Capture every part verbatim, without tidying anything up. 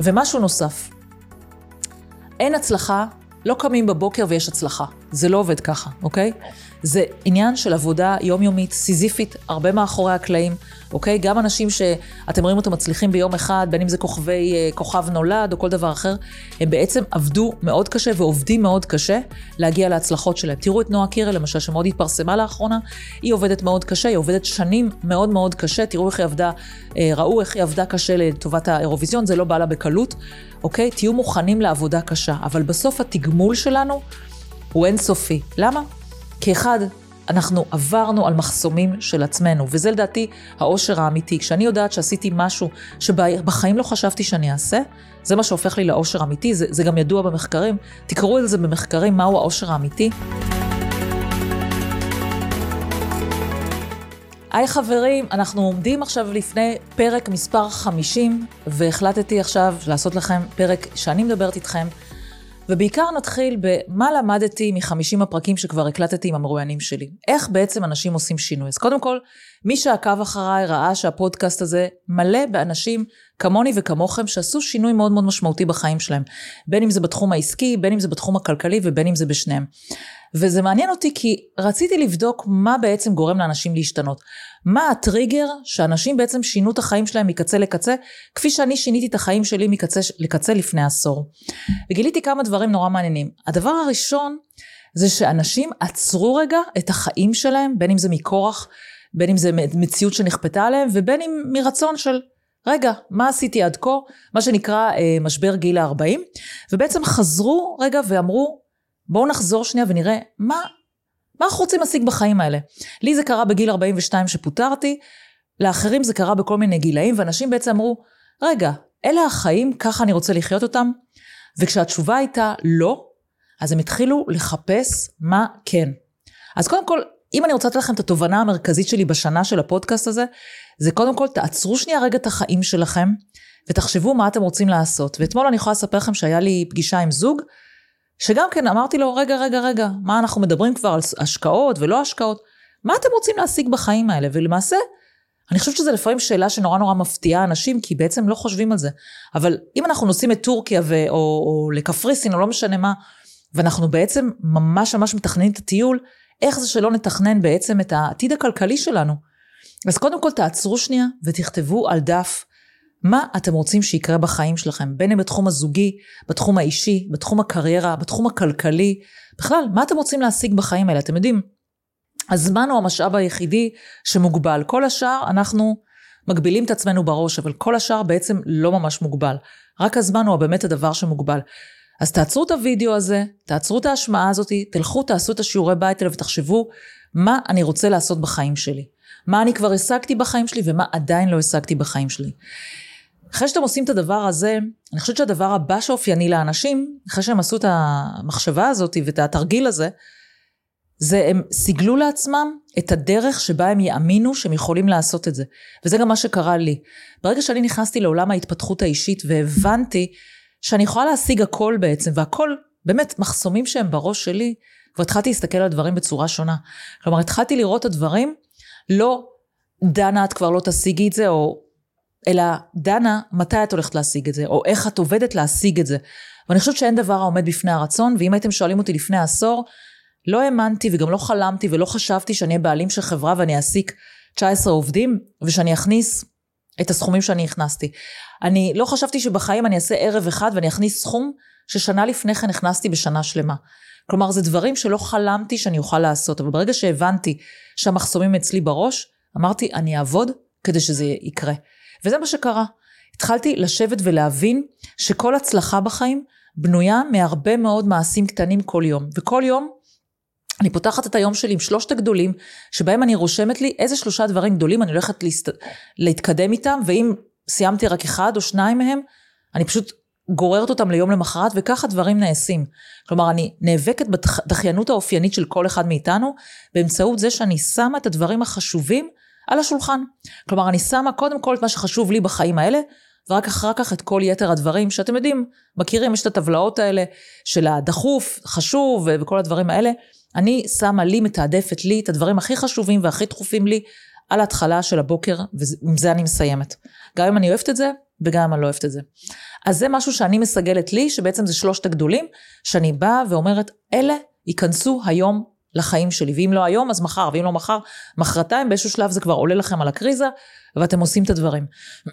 ומשהו נוסף, אין הצלחה, לא קמים בבוקר ויש הצלחה. זה לא עובד ככה, אוקיי? זה עניין של עבודה יומיומית, סיזיפית, הרבה מאחורי הקלעים, אוקיי? גם אנשים שאתם רואים אותם מצליחים ביום אחד, בין אם זה כוכבי, כוכב נולד או כל דבר אחר, הם בעצם עבדו מאוד קשה ועובדים מאוד קשה להגיע להצלחות שלהם. תראו את נועה קירל, למשל, שמאוד התפרסמה לאחרונה, היא עובדת מאוד קשה, היא עובדת שנים מאוד מאוד קשה, תראו איך היא עבדה, ראו איך היא עבדה קשה לטובת האירוויזיון, זה לא בא לה בקלות, אוקיי? תהיו מוכנים לעבודה קשה, אבל בסוף התגמול שלנו הוא אינסופי. למה? כי אחד, אנחנו עברנו על מחסומים של עצמנו, וזה לדעתי האושר האמיתי. כשאני יודעת שעשיתי משהו שבחיים לא חשבתי שאני אעשה, זה מה שהופך לי לאושר אמיתי, זה, זה גם ידוע במחקרים. תקראו את זה במחקרים, מהו האושר האמיתי. היי חברים, אנחנו עומדים עכשיו לפני פרק מספר חמישים, והחלטתי עכשיו לעשות לכם פרק שאני מדברת איתכם, ובעיקר נתחיל במה למדתי מ-חמישים הפרקים שכבר הקלטתי עם המרואיינים שלי. איך בעצם אנשים עושים שינוי. אז קודם כל, מי שעקב אחריי ראה שהפודקאסט הזה מלא באנשים כמוני וכמוכם שעשו שינוי מאוד מאוד משמעותי בחיים שלהם. בין אם זה בתחום העסקי, בין אם זה בתחום הכלכלי ובין אם זה בשניהם. וזה מעניין אותי כי רציתי לבדוק מה בעצם גורם לאנשים להשתנות. מה הטריגר שאנשים בעצם שינו את החיים שלהם מקצה לקצה, כפי שאני שיניתי את החיים שלי מקצה לקצה לפני עשור. וגיליתי כמה דברים נורא מעניינים. הדבר הראשון זה שאנשים עצרו רגע את החיים שלהם, בין אם זה מכורח, בין אם זה מציאות שנכפתה עליהם, ובין אם מרצון של, רגע, מה עשיתי עד כה? מה שנקרא אה, משבר גיל ה-ארבעים, ובעצם חזרו רגע ואמרו, בואו נחזור שנייה ונראה מה, מה אנחנו רוצים להשיג בחיים האלה. לי זה קרה בגיל ארבעים ושתיים שפוטרתי, לאחרים זה קרה בכל מיני גילאים, ואנשים בעצם אמרו, רגע, אלה החיים, ככה אני רוצה לחיות אותם, וכשהתשובה הייתה לא, אז הם התחילו לחפש מה כן. אז קודם כל, אם אני רוצה לתת לכם את התובנה המרכזית שלי בשנה של הפודקאסט הזה, זה קודם כל, תעצרו שנייה רגע את החיים שלכם, ותחשבו מה אתם רוצים לעשות. ואתמול אני יכולה לספר לכם שהיה לי פגישה עם זוג, שגם כן אמרתי לו, רגע, רגע, רגע, מה אנחנו מדברים כבר על השקעות ולא השקעות? מה אתם רוצים להשיג בחיים האלה? ולמעשה, אני חושבת שזה לפעמים שאלה שנורא נורא מפתיעה אנשים, כי בעצם לא חושבים על זה. אבל אם אנחנו נוסעים את טורקיה ו- או, או לקפריסין או לא משנה מה, ואנחנו בעצם ממש ממש מתכננים את הטיול, איך זה שלא נתכנן בעצם את העתיד הכלכלי שלנו? אז קודם כל תעצרו שנייה ותכתבו על דף מה אתם רוצים שיקרה בחיים שלכם, בין אם בתחום הזוגי, בתחום האישי, בתחום הקריירה, בתחום הכלכלי, בכלל, מה אתם רוצים להשיג בחיים האלה? אתם יודעים, הזמן הוא המשאב היחידי שמוגבל. כל השאר אנחנו מגבילים את עצמנו בראש, אבל כל השאר בעצם לא ממש מוגבל. רק הזמן הוא באמת הדבר שמוגבל. אז תעצרו את הוידאו הזה, תעצרו את ההשמעה הזאת, תלכו, תעשו את השיעורי בית האלה ותחשבו מה אני רוצה לעשות בחיים שלי. מה אני כבר השגתי בחיים שלי ומה עדיין לא השגתי בחיים שלי. אחרי שאתם עושים את הדבר הזה, אני חושבת שהדבר הבא שאופייני לאנשים, אחרי שהם עשו את המחשבה הזאת ואת התרגיל הזה, זה הם סיגלו לעצמם את הדרך שבה הם יאמינו שהם יכולים לעשות את זה. וזה גם מה שקרה לי. ברגע שאני נכנסתי לעולם ההתפתחות האישית והבנתי שאני יכולה להשיג הכל בעצם, והכל באמת מחסומים שהם בראש שלי, והתחלתי להסתכל על הדברים בצורה שונה. כלומר, התחלתי לראות את הדברים, לא דנה את כבר לא תשיגי את זה, או אלא דנה מתי את הולכת להשיג את זה, או איך את עובדת להשיג את זה. ואני חושבת שאין דבר העומד בפני הרצון, ואם הייתם שואלים אותי לפני עשור, לא האמנתי וגם לא חלמתי ולא חשבתי שאני אהיה בעלים של חברה ואני אעסיק תשע עשרה עובדים, ושאני אכניס את הסכומים שאני הכנסתי. אני לא חשבתי שבחיים אני אעשה ערב אחד ואני אכניס סכום ששנה לפני כן הכנסתי בשנה שלמה. כלומר, זה דברים שלא חלמתי שאני אוכל לעשות, אבל ברגע שהבנתי שהמחסומים אצלי בראש, אמרתי, אני אעבוד כדי שזה יקרה. וזה מה שקרה. התחלתי לשבת ולהבין שכל הצלחה בחיים בנויה מהרבה מאוד מעשים קטנים כל יום. וכל יום אני פותחת את היום שלי עם שלושת הגדולים, שבהם אני רושמת לי איזה שלושה דברים גדולים אני הולכת להסת... להתקדם איתם, ואם סיימתי רק אחד או שניים מהם, אני פשוט גוררת אותם ליום למחרת, וככה דברים נעשים. כלומר, אני נאבקת בדחיינות האופיינית של כל אחד מאיתנו, באמצעות זה שאני שמה את הדברים החשובים על השולחן. כלומר, אני שמה קודם כל את מה שחשוב לי בחיים האלה, ורק אחר כך את כל יתר הדברים שאתם יודעים, מכירים, יש את הטבלאות האלה של הדחוף, חשוב וכל הדברים האלה. אני שמה לי, מתעדפת לי את הדברים הכי חשובים והכי דחופים לי על ההתחלה של הבוקר, ועם זה אני מסיימת. גם אם אני אוהבת את זה, וגם אני לא אוהבת את זה. אז זה משהו שאני מסגלת לי, שבעצם זה שלושת הגדולים, שאני באה ואומרת, אלה ייכנסו היום לחיים שלי, ואם לא היום, אז מחר, ואם לא מחר, מחרתיים, באיזשהו שלב זה כבר עולה לכם על הקריזה, ואתם עושים את הדברים.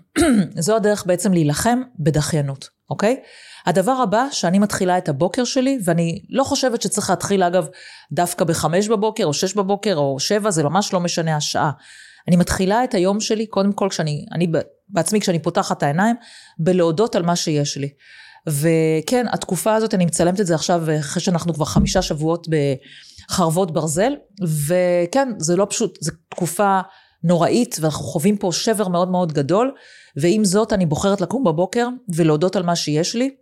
זו הדרך בעצם להילחם בדחיינות, אוקיי? הדבר הבא, שאני מתחילה את הבוקר שלי, ואני לא חושבת שצריך להתחיל, אגב, דווקא בחמש בבוקר, או שש בבוקר, או שבע, זה ממש לא משנה השעה. אני מתחילה את היום שלי, קודם כל, כשאני, אני בעצמי, כשאני פותחת את העיניים, בלהודות על מה שיש לי. וכן, התקופה הזאת, אני מצלמת את זה עכשיו, אחרי שאנחנו כבר חמישה שבועות בחרבות ברזל, וכן, זה לא פשוט, זו תקופה נוראית, ואנחנו חווים פה שבר מאוד מאוד גדול, ועם זאת אני בוחרת לקום בבוקר, ולהודות על מה שיש לי,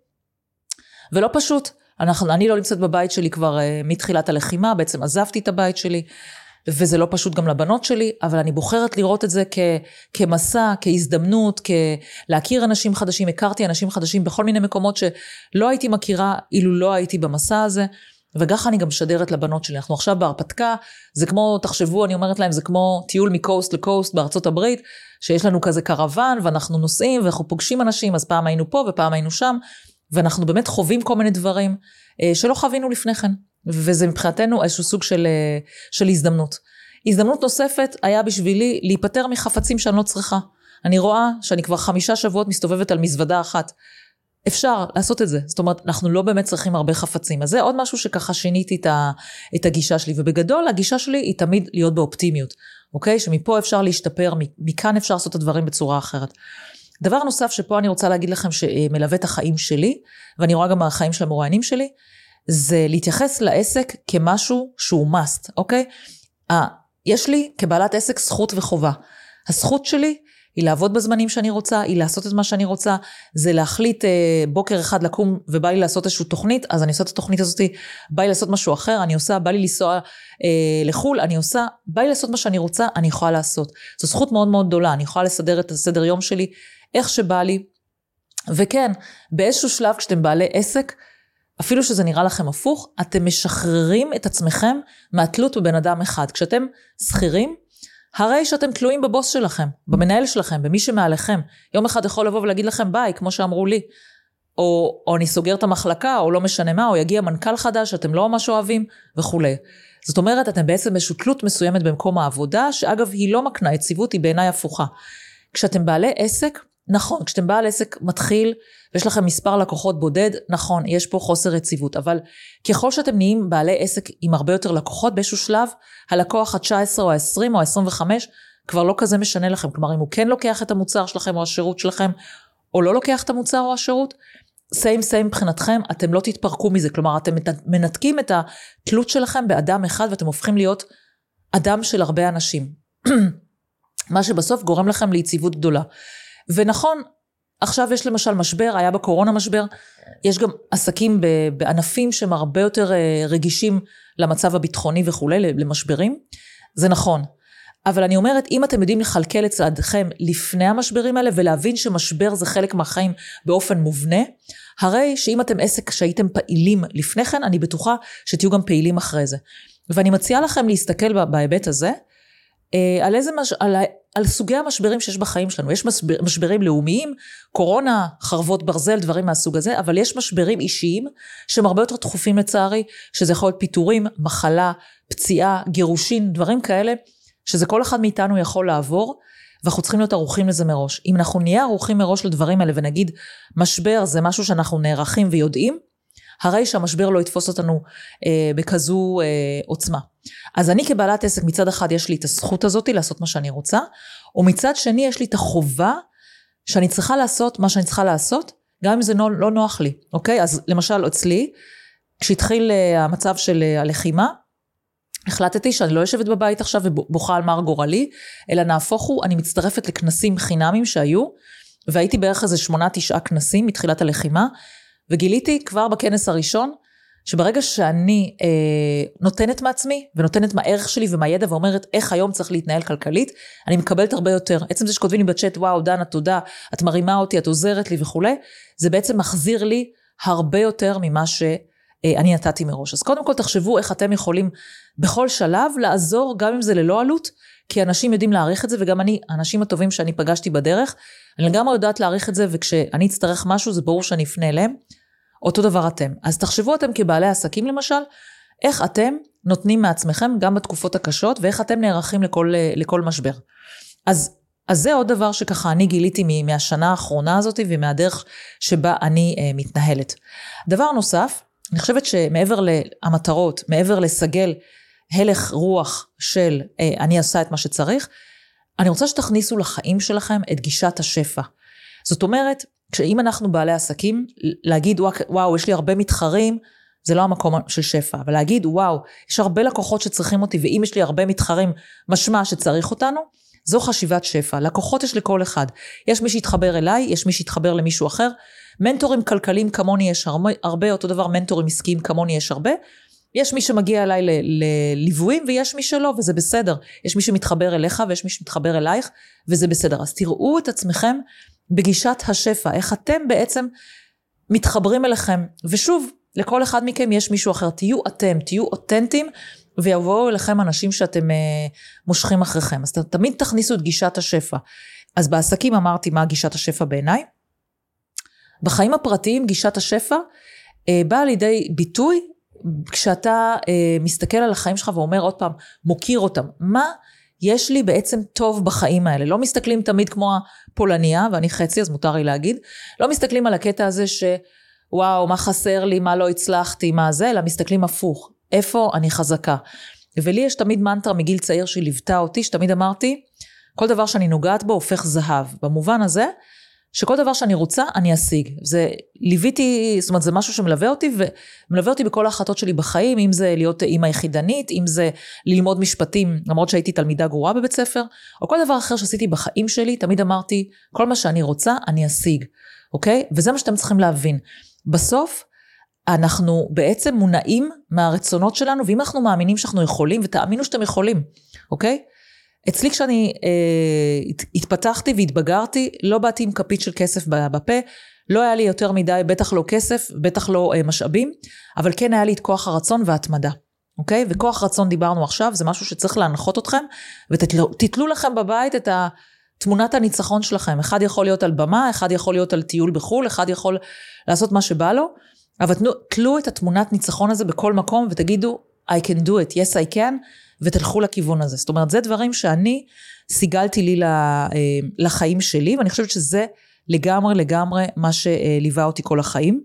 ולא פשוט, אנחנו, אני לא נמצאת בבית שלי כבר uh, מתחילת הלחימה, בעצם עזבתי את הבית שלי, וזה לא פשוט גם לבנות שלי, אבל אני בוחרת לראות את זה כ, כמסע, כהזדמנות, כלהכיר אנשים חדשים, הכרתי אנשים חדשים בכל מיני מקומות שלא הייתי מכירה, אילו לא הייתי במסע הזה, וככה אני גם משדרת לבנות שלי. אנחנו עכשיו בהרפתקה, זה כמו, תחשבו, אני אומרת להם, זה כמו טיול מקוסט לקוסט בארצות הברית, שיש לנו כזה קרוון, ואנחנו נוסעים, ואנחנו פוגשים אנשים, אז פעם היינו פה ופעם היינו שם, ואנחנו באמת חווים כל מיני דברים שלא חווינו לפני כן. וזה מבחינתנו איזשהו סוג של, של הזדמנות. הזדמנות נוספת היה בשבילי להיפטר מחפצים שאני לא צריכה. אני רואה שאני כבר חמישה שבועות מסתובבת על מזוודה אחת. אפשר לעשות את זה. זאת אומרת, אנחנו לא באמת צריכים הרבה חפצים. אז זה עוד משהו שככה שיניתי את, ה, את הגישה שלי. ובגדול, הגישה שלי היא תמיד להיות באופטימיות. אוקיי? שמפה אפשר להשתפר, מכאן אפשר לעשות את הדברים בצורה אחרת. דבר נוסף שפה אני רוצה להגיד לכם שמלווה את החיים שלי, ואני רואה גם החיים של המרואיינים שלי, זה להתייחס לעסק כמשהו שהוא must, אוקיי? אה, יש לי כבעלת עסק זכות וחובה. הזכות שלי היא לעבוד בזמנים שאני רוצה, היא לעשות את מה שאני רוצה, זה להחליט אה, בוקר אחד לקום ובא לי לעשות איזושהי תוכנית, אז אני עושה את התוכנית הזאת, בא לי לעשות משהו אחר, אני עושה, בא לי לנסוע אה, לחול, אני עושה, בא לי לעשות מה שאני רוצה, אני יכולה לעשות. זו זכות מאוד מאוד גדולה, אני יכולה לסדר את הסדר יום שלי, איך שבא לי, וכן, באיזשהו שלב כשאתם בעלי עסק, אפילו שזה נראה לכם הפוך, אתם משחררים את עצמכם מהתלות בבן אדם אחד. כשאתם שכירים, הרי שאתם תלויים בבוס שלכם, במנהל שלכם, במי שמעליכם. יום אחד יכול לבוא ולהגיד לכם ביי, כמו שאמרו לי, או, או אני סוגר את המחלקה, או לא משנה מה, או יגיע מנכ"ל חדש, שאתם לא ממש אוהבים, וכו'. זאת אומרת, אתם בעצם באיזושהי תלות מסוימת במקום העבודה, שאגב, היא לא מקנה יציבות, היא בעיניי הפוכה. כשאתם בעלי עסק, נכון, כשאתם בעל עסק מתחיל, ויש לכם מספר לקוחות בודד, נכון, יש פה חוסר יציבות, אבל ככל שאתם נהיים בעלי עסק עם הרבה יותר לקוחות, באיזשהו שלב, הלקוח ה-תשע עשרה או ה-עשרים או ה-עשרים וחמש, כבר לא כזה משנה לכם, כלומר, אם הוא כן לוקח את המוצר שלכם או השירות שלכם, או לא לוקח את המוצר או השירות, סיים סיים מבחינתכם, אתם לא תתפרקו מזה, כלומר, אתם מנתקים את התלות שלכם באדם אחד, ואתם הופכים להיות אדם של הרבה אנשים. מה שבסוף גורם לכם ליציבות גדולה. ונכון, עכשיו יש למשל משבר, היה בקורונה משבר, יש גם עסקים בענפים שהם הרבה יותר רגישים למצב הביטחוני וכו', למשברים, זה נכון. אבל אני אומרת, אם אתם יודעים לחלקל את צעדכם לפני המשברים האלה, ולהבין שמשבר זה חלק מהחיים באופן מובנה, הרי שאם אתם עסק שהייתם פעילים לפני כן, אני בטוחה שתהיו גם פעילים אחרי זה. ואני מציעה לכם להסתכל בהיבט הזה, על איזה מש... על... על סוגי המשברים שיש בחיים שלנו. יש משבר... משברים לאומיים, קורונה, חרבות ברזל, דברים מהסוג הזה, אבל יש משברים אישיים שהם הרבה יותר דחופים לצערי, שזה יכול להיות פיטורים, מחלה, פציעה, גירושין, דברים כאלה, שזה כל אחד מאיתנו יכול לעבור, ואנחנו צריכים להיות ערוכים לזה מראש. אם אנחנו נהיה ערוכים מראש לדברים האלה, ונגיד, משבר זה משהו שאנחנו נערכים ויודעים, הרי שהמשבר לא יתפוס אותנו אה, בכזו אה, עוצמה. אז אני כבעלת עסק, מצד אחד יש לי את הזכות הזאת לעשות מה שאני רוצה, ומצד שני יש לי את החובה שאני צריכה לעשות מה שאני צריכה לעשות, גם אם זה לא, לא נוח לי, אוקיי? אז למשל אצלי, כשהתחיל אה, המצב של אה, הלחימה, החלטתי שאני לא יושבת בבית עכשיו ובוכה על מר גורלי, אלא נהפוך הוא, אני מצטרפת לכנסים חינמים שהיו, והייתי בערך איזה שמונה, תשעה כנסים מתחילת הלחימה, וגיליתי כבר בכנס הראשון, שברגע שאני אה, נותנת מעצמי, ונותנת מהערך שלי ומהידע, ואומרת איך היום צריך להתנהל כלכלית, אני מקבלת הרבה יותר. עצם זה שכותבים לי בצ'אט, וואו, דנה, תודה, את מרימה אותי, את עוזרת לי וכו', זה בעצם מחזיר לי הרבה יותר ממה שאני נתתי מראש. אז קודם כל תחשבו איך אתם יכולים בכל שלב לעזור, גם אם זה ללא עלות, כי אנשים יודעים להעריך את זה, וגם אני, האנשים הטובים שאני פגשתי בדרך, אני לגמרי יודעת להעריך את זה, וכשאני אצטרך משהו, זה ברור שאני אפנה אליהם. אותו דבר אתם. אז תחשבו אתם כבעלי עסקים למשל, איך אתם נותנים מעצמכם גם בתקופות הקשות, ואיך אתם נערכים לכל, לכל משבר. אז, אז זה עוד דבר שככה אני גיליתי מהשנה האחרונה הזאת, ומהדרך שבה אני אה, מתנהלת. דבר נוסף, אני חושבת שמעבר למטרות, מעבר לסגל הלך רוח של אה, אני עושה את מה שצריך, אני רוצה שתכניסו לחיים שלכם את גישת השפע. זאת אומרת, כשאם אנחנו בעלי עסקים, להגיד וואו, יש לי הרבה מתחרים, זה לא המקום של שפע, אבל להגיד וואו, יש הרבה לקוחות שצריכים אותי, ואם יש לי הרבה מתחרים, משמע שצריך אותנו, זו חשיבת שפע. לקוחות יש לכל אחד. יש מי שיתחבר אליי, יש מי שיתחבר למישהו אחר, מנטורים כלכליים כמוני יש הרבה, הרבה אותו דבר מנטורים עסקיים כמוני יש הרבה, יש מי שמגיע אליי לליוויים, ויש מי שלא, וזה בסדר. יש מי שמתחבר אליך, ויש מי שמתחבר אלייך, וזה בסדר. אז תראו את עצמכם בגישת השפע, איך אתם בעצם מתחברים אליכם, ושוב, לכל אחד מכם יש מישהו אחר, תהיו אתם, תהיו אותנטיים, ויבואו אליכם אנשים שאתם אה, מושכים אחריכם, אז תמיד תכניסו את גישת השפע. אז בעסקים אמרתי מה גישת השפע בעיניי, בחיים הפרטיים גישת השפע אה, באה לידי ביטוי, כשאתה אה, מסתכל על החיים שלך ואומר עוד פעם, מוקיר אותם, מה יש לי בעצם טוב בחיים האלה, לא מסתכלים תמיד כמו הפולניה, ואני חצי אז מותר לי להגיד, לא מסתכלים על הקטע הזה ש... וואו, מה חסר לי, מה לא הצלחתי, מה זה, אלא מסתכלים הפוך, איפה אני חזקה. ולי יש תמיד מנטרה מגיל צעיר שליוותה אותי, שתמיד אמרתי, כל דבר שאני נוגעת בו הופך זהב. במובן הזה, שכל דבר שאני רוצה, אני אשיג. זה ליוויתי, זאת אומרת, זה משהו שמלווה אותי, ומלווה אותי בכל ההחלטות שלי בחיים, אם זה להיות אימא יחידנית, אם זה ללמוד משפטים, למרות שהייתי תלמידה גרועה בבית ספר, או כל דבר אחר שעשיתי בחיים שלי, תמיד אמרתי, כל מה שאני רוצה, אני אשיג. אוקיי? וזה מה שאתם צריכים להבין. בסוף, אנחנו בעצם מונעים מהרצונות שלנו, ואם אנחנו מאמינים שאנחנו יכולים, ותאמינו שאתם יכולים, אוקיי? אצלי כשאני אה, התפתחתי והתבגרתי, לא באתי עם כפית של כסף בפה, לא היה לי יותר מדי, בטח לא כסף, בטח לא אה, משאבים, אבל כן היה לי את כוח הרצון וההתמדה, אוקיי? וכוח רצון דיברנו עכשיו, זה משהו שצריך להנחות אתכם, ותתלו לכם בבית את ה... תמונת הניצחון שלכם, אחד יכול להיות על במה, אחד יכול להיות על טיול בחול, אחד יכול לעשות מה שבא לו, אבל תנו, תלו את התמונת ניצחון הזה בכל מקום, ותגידו, I can do it, yes I can, ותלכו לכיוון הזה. זאת אומרת, זה דברים שאני סיגלתי לי לחיים שלי, ואני חושבת שזה לגמרי לגמרי מה שליווה אותי כל החיים.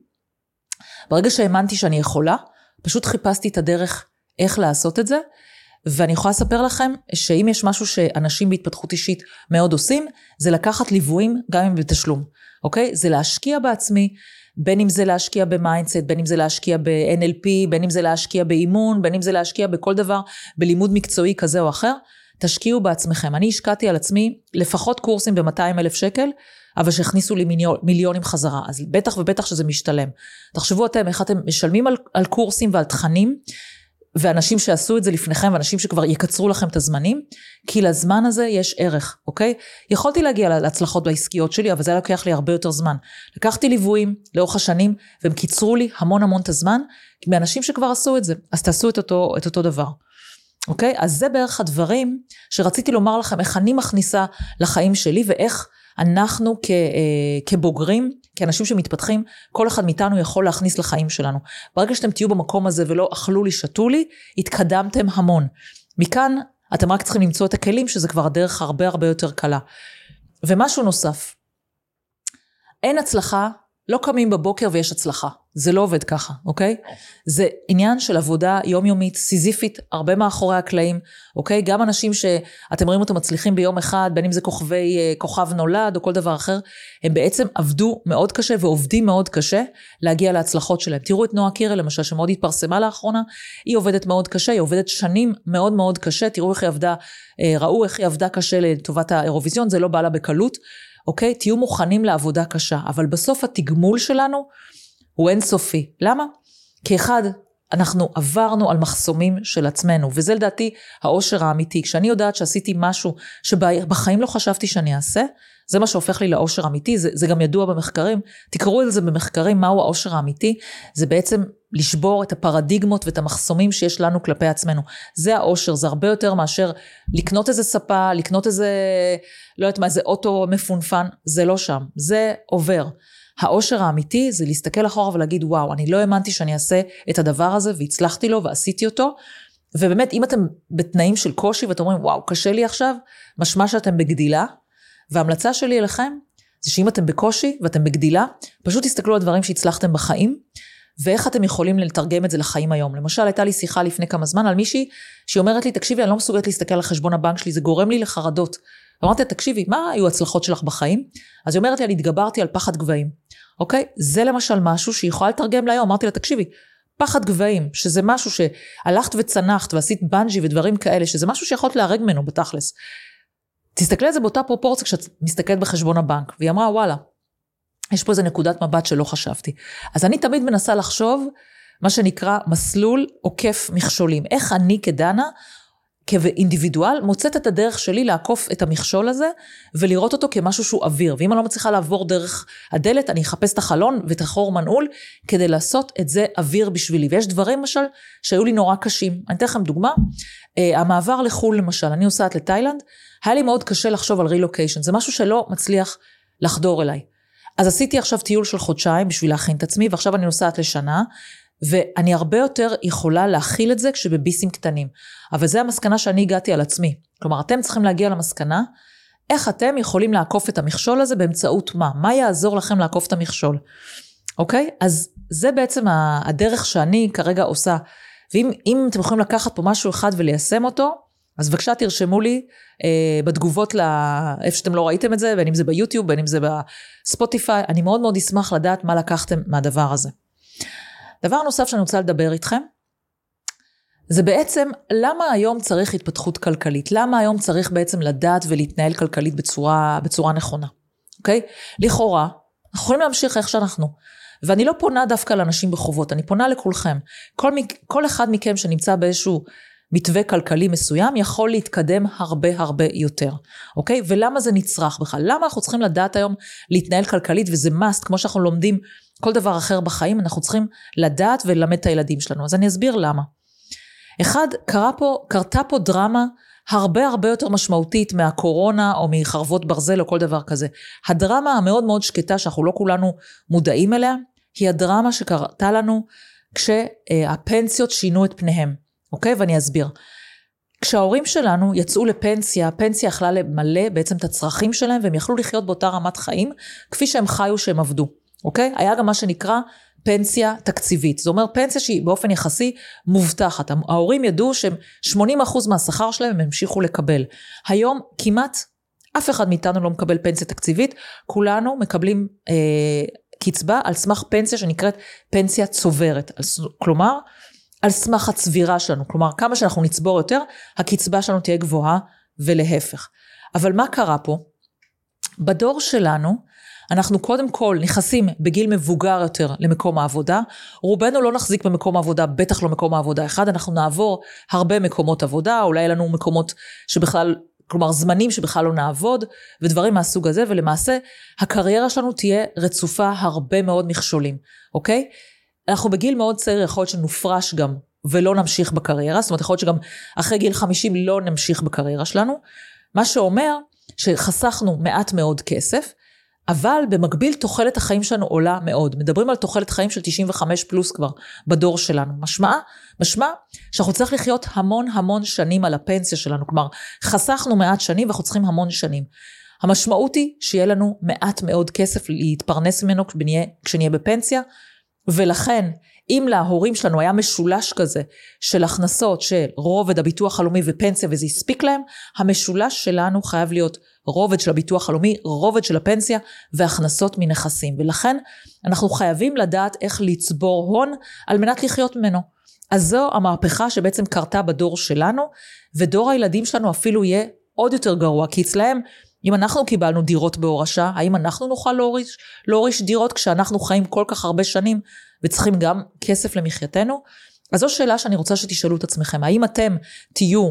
ברגע שהאמנתי שאני יכולה, פשוט חיפשתי את הדרך איך לעשות את זה, ואני יכולה לספר לכם שאם יש משהו שאנשים בהתפתחות אישית מאוד עושים, זה לקחת ליוויים גם אם בתשלום, אוקיי? זה להשקיע בעצמי, בין אם זה להשקיע במיינדסט, בין אם זה להשקיע ב-אן אל פי, בין אם זה להשקיע באימון, בין אם זה להשקיע בכל דבר, בלימוד מקצועי כזה או אחר, תשקיעו בעצמכם. אני השקעתי על עצמי לפחות קורסים ב-מאתיים אלף שקל, אבל שהכניסו לי מיליונים חזרה, אז בטח ובטח שזה משתלם. תחשבו אתם, איך אתם משלמים על, על קורסים ועל תכנים, ואנשים שעשו את זה לפניכם, ואנשים שכבר יקצרו לכם את הזמנים, כי לזמן הזה יש ערך, אוקיי? יכולתי להגיע להצלחות בעסקיות שלי, אבל זה לוקח לי הרבה יותר זמן. לקחתי ליוויים לאורך השנים, והם קיצרו לי המון המון את הזמן, מאנשים שכבר עשו את זה, אז תעשו את אותו, את אותו דבר. אוקיי? אז זה בערך הדברים שרציתי לומר לכם, איך אני מכניסה לחיים שלי, ואיך אנחנו כ, כבוגרים, כאנשים שמתפתחים, כל אחד מאיתנו יכול להכניס לחיים שלנו. ברגע שאתם תהיו במקום הזה ולא אכלו לי, שתו לי, התקדמתם המון. מכאן אתם רק צריכים למצוא את הכלים, שזה כבר הדרך הרבה הרבה יותר קלה. ומשהו נוסף, אין הצלחה, לא קמים בבוקר ויש הצלחה. זה לא עובד ככה, אוקיי? זה עניין של עבודה יומיומית, סיזיפית, הרבה מאחורי הקלעים, אוקיי? גם אנשים שאתם רואים אותם מצליחים ביום אחד, בין אם זה כוכבי, כוכב נולד או כל דבר אחר, הם בעצם עבדו מאוד קשה ועובדים מאוד קשה להגיע להצלחות שלהם. תראו את נועה קירל, למשל, שמאוד התפרסמה לאחרונה, היא עובדת מאוד קשה, היא עובדת שנים מאוד מאוד קשה, תראו איך היא עבדה, ראו איך היא עבדה קשה לטובת האירוויזיון, זה לא בא לה בקלות, אוקיי? תהיו מוכנים לעבודה קשה, אבל בסוף התגמול שלנו הוא אינסופי. למה? כי אחד, אנחנו עברנו על מחסומים של עצמנו, וזה לדעתי האושר האמיתי. כשאני יודעת שעשיתי משהו שבחיים לא חשבתי שאני אעשה, זה מה שהופך לי לאושר האמיתי, זה, זה גם ידוע במחקרים, תקראו על זה במחקרים, מהו האושר האמיתי, זה בעצם לשבור את הפרדיגמות ואת המחסומים שיש לנו כלפי עצמנו. זה האושר, זה הרבה יותר מאשר לקנות איזה ספה, לקנות איזה, לא יודעת מה, איזה אוטו מפונפן, זה לא שם, זה עובר. האושר האמיתי זה להסתכל אחורה ולהגיד, וואו, אני לא האמנתי שאני אעשה את הדבר הזה, והצלחתי לו ועשיתי אותו, ובאמת, אם אתם בתנאים של קושי, ואתם אומרים, וואו, קשה לי עכשיו, משמע שאתם בגדילה, וההמלצה שלי אליכם, זה שאם אתם בקושי ואתם בגדילה, פשוט תסתכלו על דברים שהצלחתם בחיים, ואיך אתם יכולים לתרגם את זה לחיים היום. למשל, הייתה לי שיחה לפני כמה זמן על מישהי, שהיא אומרת לי, תקשיבי, אני לא מסוגלת להסתכל על חשבון הבנק שלי, זה גורם לי לחרדות. אמרתי, תקשיבי, מה היו הצלחות שלך בחיים? אז היא אומרת לי, אני התגברתי על פחד גבהים. אוקיי? זה למשל משהו שהיא יכולה לתרגם להיום. אמרתי לה, תקשיבי, פחד גבהים, שזה משהו שהלכת וצנחת ועשית בנג'י ודברים כאלה, שזה משהו שיכולת להרג ממנו בתכלס. תסתכלי על זה באותה פרופורציה כשאת מסתכלת בחשבון הבנק, והיא אמרה, וואלה, יש פה איזה נקודת מבט שלא חשבתי. אז אני תמיד מנסה לחשוב, מה שנקרא מסלול עוקף מכשולים. איך אני כדנה, כאינדיבידואל, מוצאת את הדרך שלי לעקוף את המכשול הזה, ולראות אותו כמשהו שהוא אוויר. ואם אני לא מצליחה לעבור דרך הדלת, אני אחפש את החלון ואת החור מנעול, כדי לעשות את זה אוויר בשבילי. ויש דברים, למשל, שהיו לי נורא קשים. אני אתן לכם דוגמה, המעבר לחול, למשל, אני נוסעת לתאילנד, היה לי מאוד קשה לחשוב על רילוקיישן. זה משהו שלא מצליח לחדור אליי. אז עשיתי עכשיו טיול של חודשיים בשביל להכין את עצמי, ועכשיו אני נוסעת לשנה, ואני הרבה יותר יכולה להכיל את זה כשבביסים קטנים. אבל זה המסקנה שאני הגעתי על עצמי. כלומר, אתם צריכים להגיע למסקנה, איך אתם יכולים לעקוף את המכשול הזה באמצעות מה? מה יעזור לכם לעקוף את המכשול? אוקיי? אז זה בעצם הדרך שאני כרגע עושה. ואם אם אתם יכולים לקחת פה משהו אחד וליישם אותו, אז בבקשה תרשמו לי אה, בתגובות לאיפה שאתם לא ראיתם את זה, בין אם זה ביוטיוב, בין אם זה בספוטיפיי, אני מאוד מאוד אשמח לדעת מה לקחתם מהדבר הזה. דבר נוסף שאני רוצה לדבר איתכם, זה בעצם למה היום צריך התפתחות כלכלית, למה היום צריך בעצם לדעת ולהתנהל כלכלית בצורה, בצורה נכונה, אוקיי? לכאורה, אנחנו יכולים להמשיך איך שאנחנו, ואני לא פונה דווקא לאנשים בחובות, אני פונה לכולכם, כל, כל אחד מכם שנמצא באיזשהו מתווה כלכלי מסוים, יכול להתקדם הרבה הרבה יותר, אוקיי? ולמה זה נצרך בכלל? למה אנחנו צריכים לדעת היום להתנהל כלכלית, וזה must, כמו שאנחנו לומדים כל דבר אחר בחיים, אנחנו צריכים לדעת וללמד את הילדים שלנו. אז אני אסביר למה. אחד, קרה פה, קרתה פה דרמה הרבה הרבה יותר משמעותית מהקורונה, או מחרבות ברזל, או כל דבר כזה. הדרמה המאוד מאוד שקטה, שאנחנו לא כולנו מודעים אליה, היא הדרמה שקרתה לנו, כשהפנסיות שינו את פניהם. אוקיי? ואני אסביר. כשההורים שלנו יצאו לפנסיה, הפנסיה יכלה למלא בעצם את הצרכים שלהם, והם יכלו לחיות באותה רמת חיים, כפי שהם חיו שהם עבדו. אוקיי? היה גם מה שנקרא פנסיה תקציבית. זאת אומרת, פנסיה שהיא באופן יחסי מובטחת. ההורים ידעו שהם שמונים אחוז מהשכר שלהם הם המשיכו לקבל. היום כמעט אף אחד מאיתנו לא מקבל פנסיה תקציבית, כולנו מקבלים אה, קצבה על סמך פנסיה שנקראת פנסיה צוברת. כלומר, על סמך הצבירה שלנו. כלומר, כמה שאנחנו נצבור יותר, הקצבה שלנו תהיה גבוהה ולהפך. אבל מה קרה פה? בדור שלנו, אנחנו קודם כל נכנסים בגיל מבוגר יותר למקום העבודה, רובנו לא נחזיק במקום העבודה, בטח לא מקום העבודה אחד, אנחנו נעבור הרבה מקומות עבודה, אולי לנו מקומות שבכלל, כלומר זמנים שבכלל לא נעבוד, ודברים מהסוג הזה, ולמעשה הקריירה שלנו תהיה רצופה הרבה מאוד מכשולים, אוקיי? אנחנו בגיל מאוד צעיר, יכול להיות שנופרש גם, ולא נמשיך בקריירה, זאת אומרת, יכול להיות שגם אחרי גיל חמישים לא נמשיך בקריירה שלנו, מה שאומר שחסכנו מעט מאוד כסף, אבל במקביל תוחלת החיים שלנו עולה מאוד. מדברים על תוחלת חיים של תשעים וחמש פלוס כבר בדור שלנו. משמע, משמע שאנחנו צריך לחיות המון המון שנים על הפנסיה שלנו. כלומר, חסכנו מעט שנים ואנחנו צריכים המון שנים. המשמעות היא שיהיה לנו מעט מאוד כסף להתפרנס ממנו כשנהיה, כשנהיה בפנסיה, ולכן אם להורים שלנו היה משולש כזה של הכנסות של רובד הביטוח הלאומי ופנסיה וזה הספיק להם, המשולש שלנו חייב להיות רובד של הביטוח הלאומי, רובד של הפנסיה והכנסות מנכסים. ולכן אנחנו חייבים לדעת איך לצבור הון על מנת לחיות ממנו. אז זו המהפכה שבעצם קרתה בדור שלנו, ודור הילדים שלנו אפילו יהיה עוד יותר גרוע, כי אצלהם אם אנחנו קיבלנו דירות בהורשה, האם אנחנו נוכל להוריש, להוריש דירות כשאנחנו חיים כל כך הרבה שנים וצריכים גם כסף למחייתנו? אז זו שאלה שאני רוצה שתשאלו את עצמכם. האם אתם תהיו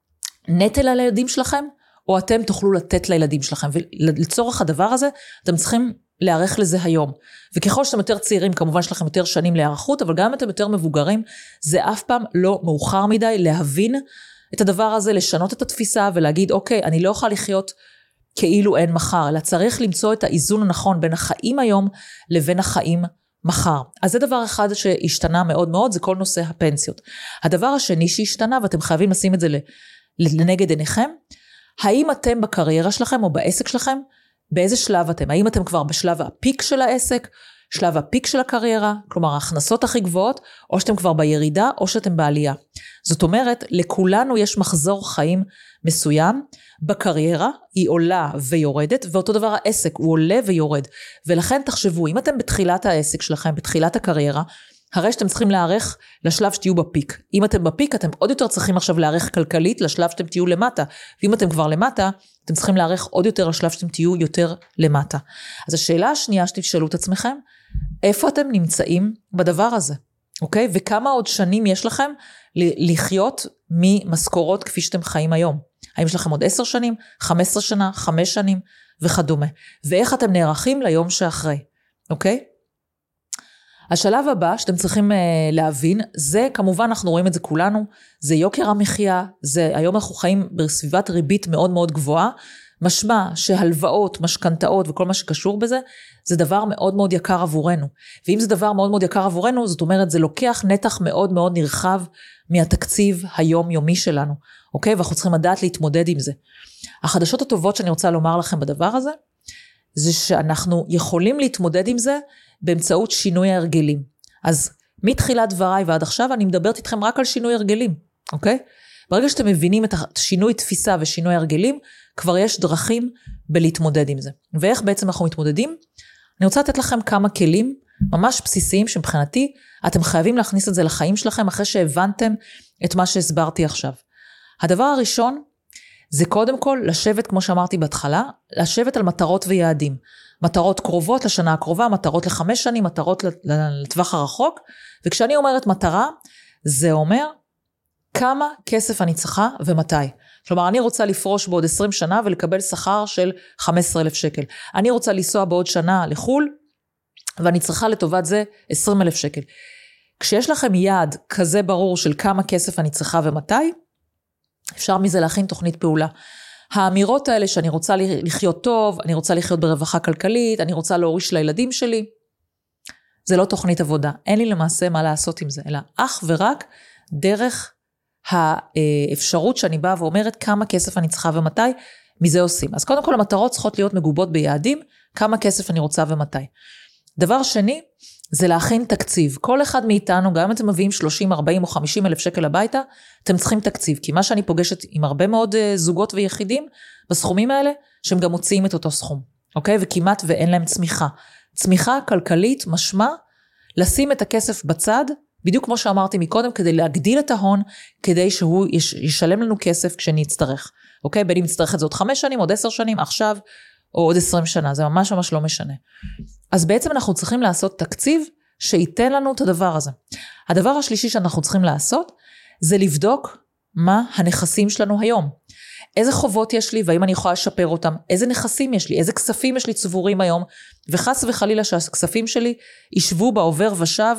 נטל על הילדים שלכם, או אתם תוכלו לתת לילדים שלכם? ולצורך הדבר הזה, אתם צריכים להיערך לזה היום. וככל שאתם יותר צעירים, כמובן יש לכם יותר שנים להיערכות, אבל גם אם אתם יותר מבוגרים, זה אף פעם לא מאוחר מדי להבין את הדבר הזה, לשנות את התפיסה ולהגיד, אוקיי, אני לא אוכל לחיות כאילו אין מחר, אלא צריך למצוא את האיזון הנכון בין החיים היום לבין החיים מחר. אז זה דבר אחד שהשתנה מאוד מאוד, זה כל נושא הפנסיות. הדבר השני שהשתנה, ואתם חייבים לשים את זה לנגד עיניכם, האם אתם בקריירה שלכם או בעסק שלכם, באיזה שלב אתם? האם אתם כבר בשלב הפיק של העסק, שלב הפיק של הקריירה, כלומר ההכנסות הכי גבוהות, או שאתם כבר בירידה, או שאתם בעלייה. זאת אומרת, לכולנו יש מחזור חיים מסוים, בקריירה היא עולה ויורדת, ואותו דבר העסק הוא עולה ויורד. ולכן תחשבו, אם אתם בתחילת העסק שלכם, בתחילת הקריירה, הרי שאתם צריכים להערך לשלב שתהיו בפיק. אם אתם בפיק, אתם עוד יותר צריכים עכשיו להערך כלכלית לשלב שאתם תהיו למטה. ואם אתם כבר למטה, אתם צריכים להערך עוד יותר לשלב שאתם תהיו יותר למטה. אז השאלה השנייה שתשאלו את עצמכם, איפה אתם נמצאים בדבר הזה? אוקיי? וכמה עוד שנים יש לכם לחיות ממשכורות כפי שאתם חיים היום? האם יש לכם עוד עשר שנים, חמש עשרה שנה, חמש שנים וכדומה? ואיך אתם נערכים ליום שאחרי? אוקיי? השלב הבא שאתם צריכים uh, להבין, זה כמובן אנחנו רואים את זה כולנו, זה יוקר המחיה, זה היום אנחנו חיים בסביבת ריבית מאוד מאוד גבוהה, משמע שהלוואות, משכנתאות וכל מה שקשור בזה, זה דבר מאוד מאוד יקר עבורנו. ואם זה דבר מאוד מאוד יקר עבורנו, זאת אומרת זה לוקח נתח מאוד מאוד נרחב מהתקציב היומיומי שלנו, אוקיי? ואנחנו צריכים לדעת להתמודד עם זה. החדשות הטובות שאני רוצה לומר לכם בדבר הזה, זה שאנחנו יכולים להתמודד עם זה באמצעות שינוי ההרגלים. אז מתחילת דבריי ועד עכשיו אני מדברת איתכם רק על שינוי הרגלים, אוקיי? ברגע שאתם מבינים את שינוי תפיסה ושינוי הרגלים, כבר יש דרכים בלהתמודד עם זה. ואיך בעצם אנחנו מתמודדים? אני רוצה לתת לכם כמה כלים ממש בסיסיים שמבחינתי אתם חייבים להכניס את זה לחיים שלכם אחרי שהבנתם את מה שהסברתי עכשיו. הדבר הראשון זה קודם כל לשבת, כמו שאמרתי בהתחלה, לשבת על מטרות ויעדים. מטרות קרובות לשנה הקרובה, מטרות לחמש שנים, מטרות לטווח הרחוק. וכשאני אומרת מטרה, זה אומר כמה כסף אני צריכה ומתי. כלומר, אני רוצה לפרוש בעוד עשרים שנה ולקבל שכר של חמישה עשר אלף שקל. אני רוצה לנסוע בעוד שנה לחול, ואני צריכה לטובת זה עשרים אלף שקל. כשיש לכם יעד כזה ברור של כמה כסף אני צריכה ומתי, אפשר מזה להכין תוכנית פעולה. האמירות האלה שאני רוצה לחיות טוב, אני רוצה לחיות ברווחה כלכלית, אני רוצה להוריש לילדים שלי, זה לא תוכנית עבודה. אין לי למעשה מה לעשות עם זה, אלא אך ורק דרך האפשרות שאני באה ואומרת כמה כסף אני צריכה ומתי, מזה עושים. אז קודם כל המטרות צריכות להיות מגובות ביעדים, כמה כסף אני רוצה ומתי. דבר שני, זה להכין תקציב. כל אחד מאיתנו, גם אם אתם מביאים שלושים, ארבעים או חמישים אלף שקל הביתה, אתם צריכים תקציב. כי מה שאני פוגשת עם הרבה מאוד זוגות ויחידים, בסכומים האלה, שהם גם מוציאים את אותו סכום. אוקיי? וכמעט ואין להם צמיחה. צמיחה כלכלית משמע, לשים את הכסף בצד, בדיוק כמו שאמרתי מקודם, כדי להגדיל את ההון, כדי שהוא ישלם לנו כסף כשאני אצטרך. אוקיי? בין אם אצטרך את זה עוד חמש שנים, עוד עשר שנים, עכשיו, או עוד עשרים שנה. זה ממש ממש לא משנה. אז בעצם אנחנו צריכים לעשות תקציב שייתן לנו את הדבר הזה. הדבר השלישי שאנחנו צריכים לעשות, זה לבדוק מה הנכסים שלנו היום. איזה חובות יש לי, והאם אני יכולה לשפר אותם, איזה נכסים יש לי, איזה כספים יש לי צבורים היום, וחס וחלילה שהכספים שלי ישבו בעובר ושב,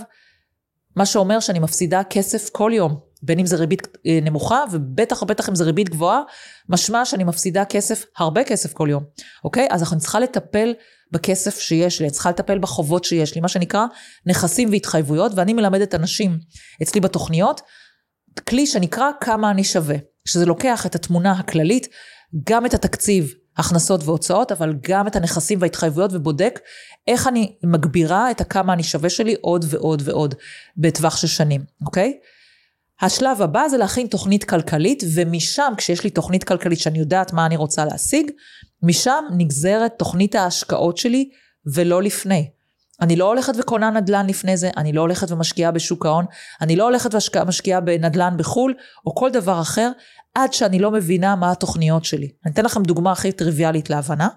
מה שאומר שאני מפסידה כסף כל יום, בין אם זה ריבית נמוכה, ובטח ובטח אם זה ריבית גבוהה, משמע שאני מפסידה כסף, הרבה כסף כל יום, אוקיי? אז אנחנו צריכה לטפל בכסף שיש לי, אני צריכה לטפל בחובות שיש לי, מה שנקרא נכסים והתחייבויות, ואני מלמדת אנשים אצלי בתוכניות, כלי שנקרא כמה אני שווה, שזה לוקח את התמונה הכללית, גם את התקציב, הכנסות והוצאות, אבל גם את הנכסים וההתחייבויות, ובודק איך אני מגבירה את הכמה אני שווה שלי עוד ועוד ועוד, בטווח של שנים, אוקיי? השלב הבא זה להכין תוכנית כלכלית, ומשם, כשיש לי תוכנית כלכלית שאני יודעת מה אני רוצה להשיג, משם נגזרת תוכנית ההשקעות שלי, ולא לפני. אני לא הולכת וקונה נדל"ן לפני זה, אני לא הולכת ומשקיעה בשוק ההון, אני לא הולכת ומשקיעה בנדל"ן בחול, או כל דבר אחר, עד שאני לא מבינה מה התוכניות שלי. אני אתן לכם דוגמה הכי טריוויאלית להבנה.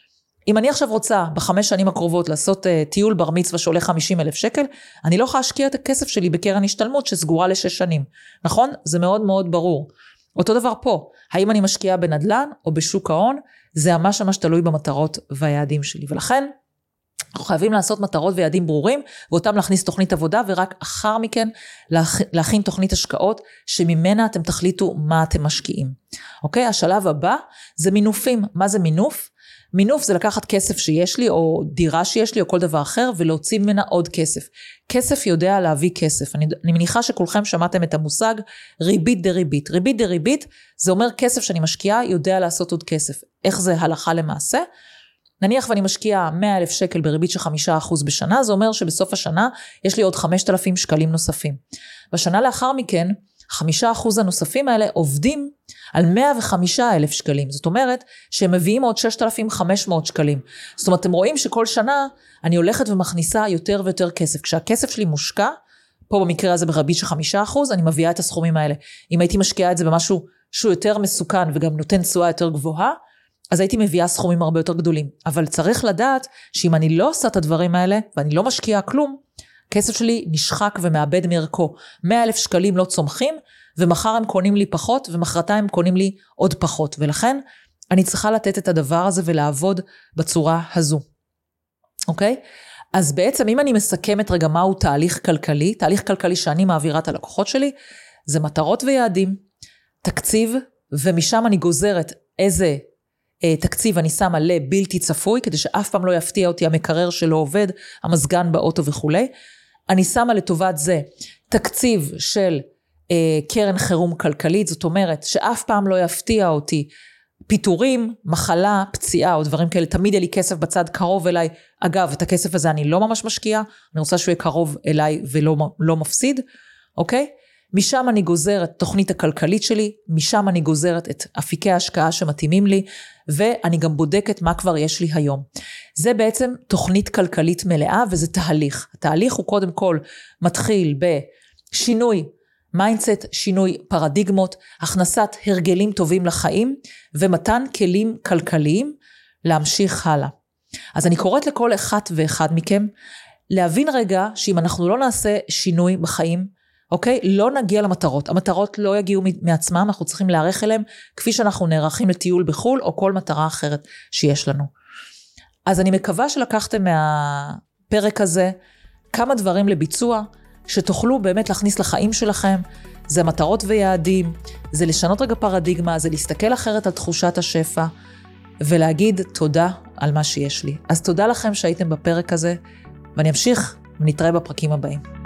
אם אני עכשיו רוצה בחמש שנים הקרובות לעשות uh, טיול בר מצווה שעולה חמישים אלף שקל, אני לא יכולה להשקיע את הכסף שלי בקרן השתלמות שסגורה לשש שנים. נכון? זה מאוד מאוד ברור. אותו דבר פה, האם אני משקיעה בנדל"ן או בשוק ההון, זה ממש ממש תלוי במטרות והיעדים שלי. ולכן, אנחנו חייבים לעשות מטרות ויעדים ברורים, ואותם להכניס תוכנית עבודה, ורק אחר מכן להכין תוכנית השקעות, שממנה אתם תחליטו מה אתם משקיעים. אוקיי? השלב הבא זה מינופים. מה זה מינוף? מינוף זה לקחת כסף שיש לי, או דירה שיש לי, או כל דבר אחר, ולהוציא ממנה עוד כסף. כסף יודע להביא כסף. אני, אני מניחה שכולכם שמעתם את המושג ריבית דריבית. ריבית דריבית זה אומר כסף שאני משקיעה, יודע לעשות עוד כסף. איך זה הלכה למעשה? נניח ואני משקיעה מאה אלף שקל בריבית של חמישה אחוז בשנה, זה אומר שבסוף השנה יש לי עוד חמשת אלפים שקלים נוספים. בשנה לאחר מכן, חמישה אחוז הנוספים האלה עובדים על מאה וחמישה אלף שקלים. זאת אומרת שהם מביאים עוד שישת אלפים וחמש מאות שקלים. זאת אומרת, אתם רואים שכל שנה אני הולכת ומכניסה יותר ויותר כסף. כשהכסף שלי מושקע, פה במקרה הזה בריבית של חמישה אחוז, אני מביאה את הסכומים האלה. אם הייתי משקיעה את זה במשהו שהוא יותר מסוכן וגם נותן תשואה יותר גבוהה, אז הייתי מביאה סכומים הרבה יותר גדולים. אבל צריך לדעת שאם אני לא עושה את הדברים האלה, ואני לא משקיעה כלום, כסף שלי נשחק ומאבד מערכו. מאה אלף שקלים לא צומחים, ומחר הם קונים לי פחות, ומחרתיים הם קונים לי עוד פחות. ולכן אני צריכה לתת את הדבר הזה ולעבוד בצורה הזו. אוקיי? אז בעצם אם אני מסכמת רגע מהו תהליך כלכלי, תהליך כלכלי שאני מעבירה את הלקוחות שלי, זה מטרות ויעדים, תקציב, ומשם אני גוזרת איזה תקציב אני שמה לבלתי צפוי, כדי שאף פעם לא יפתיע אותי המקרר שלא עובד, המזגן באוטו וכו'. אני שמה לטובת זה תקציב של אה, קרן חירום כלכלית, זאת אומרת שאף פעם לא יפתיע אותי פיטורים, מחלה, פציעה או דברים כאלה, תמיד יהיה לי כסף בצד קרוב אליי. אגב, את הכסף הזה אני לא ממש משקיעה, אני רוצה שהוא יהיה קרוב אליי ולא לא מפסיד, אוקיי? משם אני גוזרת תוכנית הכלכלית שלי, משם אני גוזרת את אפיקי ההשקעה שמתאימים לי, ואני גם בודקת מה כבר יש לי היום. זה בעצם תוכנית כלכלית מלאה, וזה תהליך. התהליך הוא קודם כל מתחיל בשינוי מיינדסט, שינוי פרדיגמות, הכנסת הרגלים טובים לחיים, ומתן כלים כלכליים להמשיך הלאה. אז אני קוראת לכל אחת ואחד מכם, להבין רגע שאם אנחנו לא נעשה שינוי בחיים, אוקיי? לא נגיע למטרות. המטרות לא יגיעו מעצמם, אנחנו צריכים להערך אליהם, כפי שאנחנו נערכים לטיול בחול, או כל מטרה אחרת שיש לנו. אז אני מקווה שלקחתם מהפרק הזה כמה דברים לביצוע, שתוכלו באמת להכניס לחיים שלכם. זה מטרות ויעדים, זה לשנות רגע פרדיגמה, זה להסתכל אחרת על תחושת השפע, ולהגיד תודה על מה שיש לי. אז תודה לכם שהייתם בפרק הזה, ואני אמשיך ונתראה בפרקים הבאים.